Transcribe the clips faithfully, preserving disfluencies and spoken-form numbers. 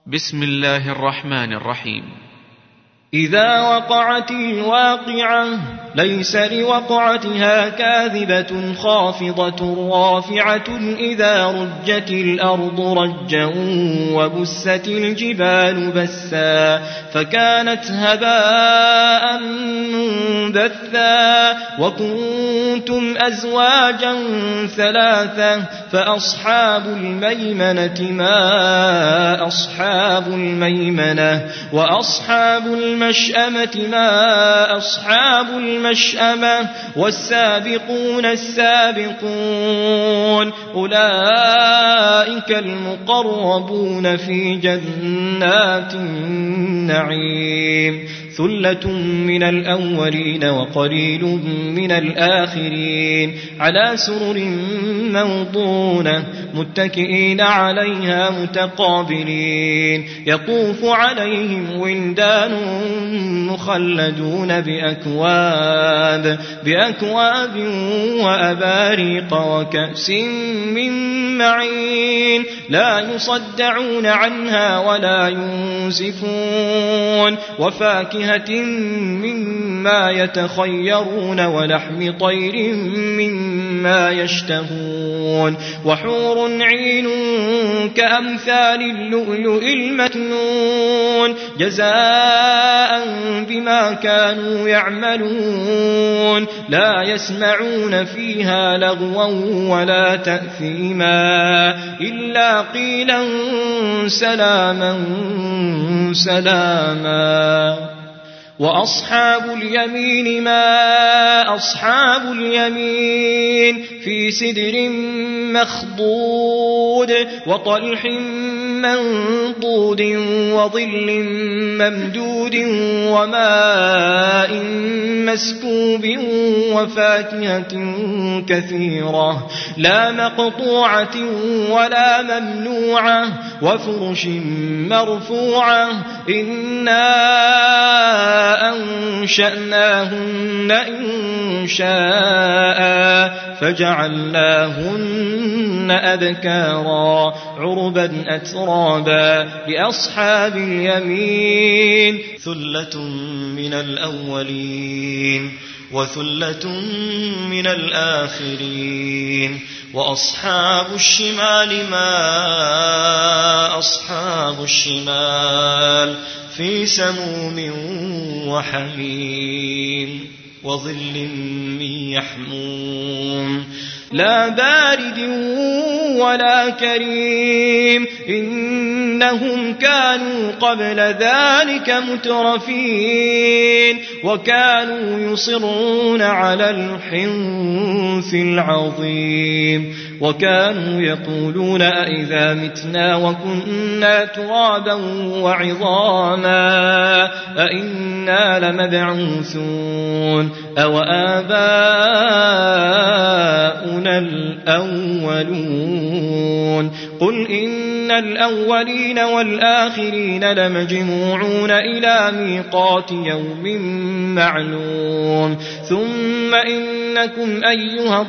بسم الله الرحمن الرحيم. إذا وقعت الواقعة ليس لوقعتها كاذبة خافضة رافعة إذا رجت الأرض رجا وبست الجبال بسا فكانت هباء منبثا وكنتم أزواجا ثلاثة فأصحاب الميمنة ما أصحاب الميمنة وأصحاب المشأمة ما أصحاب المشأمة والسابقون السابقون أولئك المقربون في جنات النعيم ثلة من الأولين وقليل من الآخرين على سرر موضونة متكئين عليها متقابلين يطوف عليهم ولدان مخلدون بأكواب بأكواب وأباريق وكأس من معين لا يصدعون عنها ولا ينزفون وفاكهة مما يتخيرون ولحم طير مما يشتهون وحور عين كأمثال اللؤلؤ المكنون جزاء بما كانوا يعملون لا يسمعون فيها لغوا ولا تأثيما إلا قيلا سلاما سلاما وأصحاب اليمين ما أصحاب اليمين في سدر مخضود وطلح منضود وظل ممدود وماء مسكوب وفاكهة كثيرة لا مقطوعة ولا ممنوعة وفرش مرفوعة إنا أنشأناهن إنشاء فجعلناهن أبكارا عربا أترابا لأصحاب اليمين ثلة من الأولين وثلة من الآخرين وأصحاب الشمال ما أصحاب الشمال في سموم وحميم وظل من يحموم لا بارد ولا كريم إنهم كانوا قبل ذلك مترفين وكانوا يصرون على الحنث العظيم وكانوا يقولون أئذا متنا وكنا ترابا وعظاما أئنا لمبعوثون أو آباؤنا الأولون قل إن الأولين والآخرين لمجموعون إلى ميقات يوم معلوم ثم إنكم أيها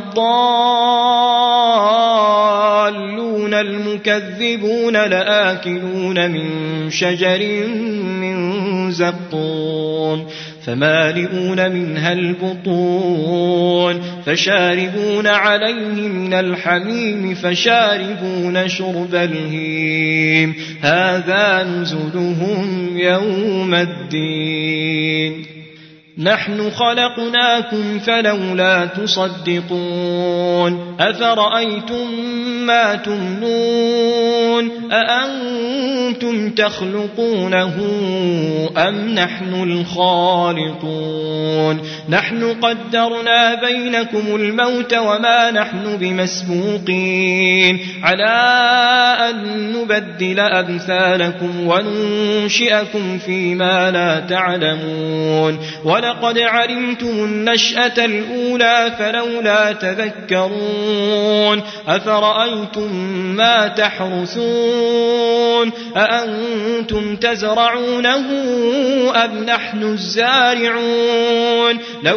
الضالون المكذبون لآكلون من شجر من زقوم فمالئون منها البطون فشاربون عليه من الحميم فشاربون شرب الهيم هذا نزلهم يوم الدين نحن خلقناكم فلولا تصدقون أفرأيتم ما تمنون أأنتم تخلقونه أم نحن الخالقون نحن قدرنا بينكم الموت وما نحن بمسبوقين على أن نبدل أمثالكم وننشئكم فيما لا تعلمون ولقد علمتم النشأة الأولى فلولا تذكرون أفرأيتم ما تحرثون أأنتم تزرعونه أم نحن الزارعون لو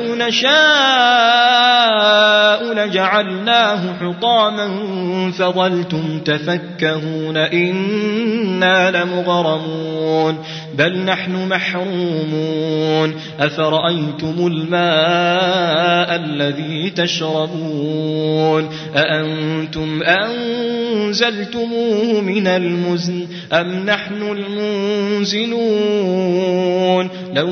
نشاء لجعلناه حطاما فظلتم تفكهون إنا لمغرمون بل نحن محرومون أفرأيتم الماء الذي تشربون أأنتم أنزلتموه من المزن أم نحن المنزلون لو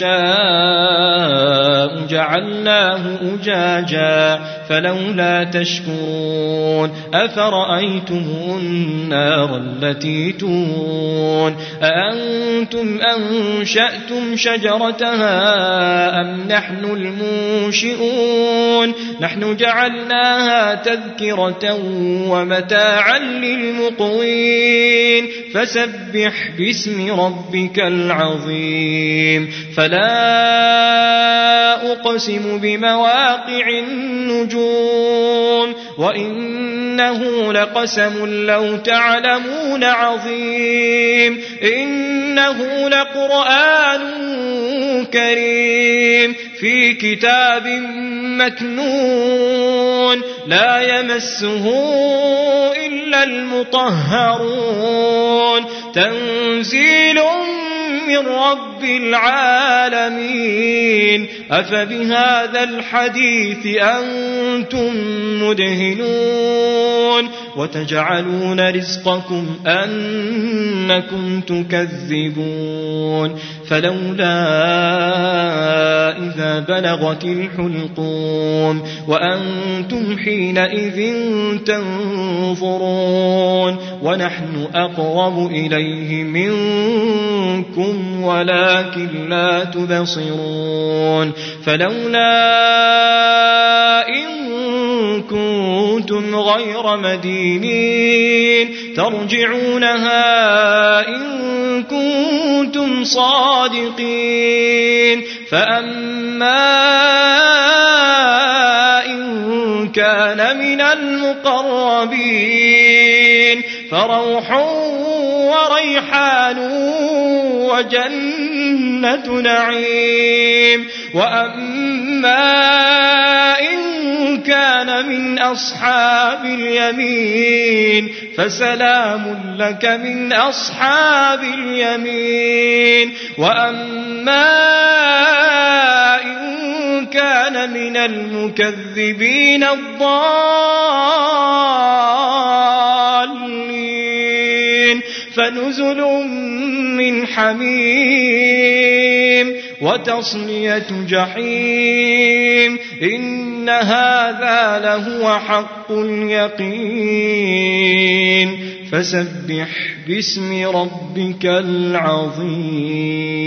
نشاء جعلناه أجاجا فلولا تشكرون أفرأيتم النار التي تورون أأنتم أنشأتم شجرتها أم نحن المنشئون نحن جعلناها تذكرة ومتاعا للمقوين فسبح باسم ربك العظيم فلا أقسم بمواقع النجوم وإنه لقسم لو تعلمون عظيم إنه لقرآن كريم في كتاب مكنون لا يمسه إلا المطهرون تنزيل من رب العالمين أفبهذا الحديث أنتم مدهنون وتجعلون رزقكم أنكم تكذبون فلولا إذا بلغت الحلقوم وأنتم حينئذ تنظرون ونحن أقرب إليه منكم ولكن لا تبصرون فلولا إن كنتم غير مدينين ترجعونها إن كنتم صادقين فأما إن كان من المقربين فروح وريحان وجنة نعيم وأما إن كان من أصحاب اليمين فسلام لك من أصحاب اليمين وأما إن كان من المكذبين الضالين فنزل من حميم وتصلية جحيم إن هذا لهو حق اليقين فسبح باسم ربك العظيم.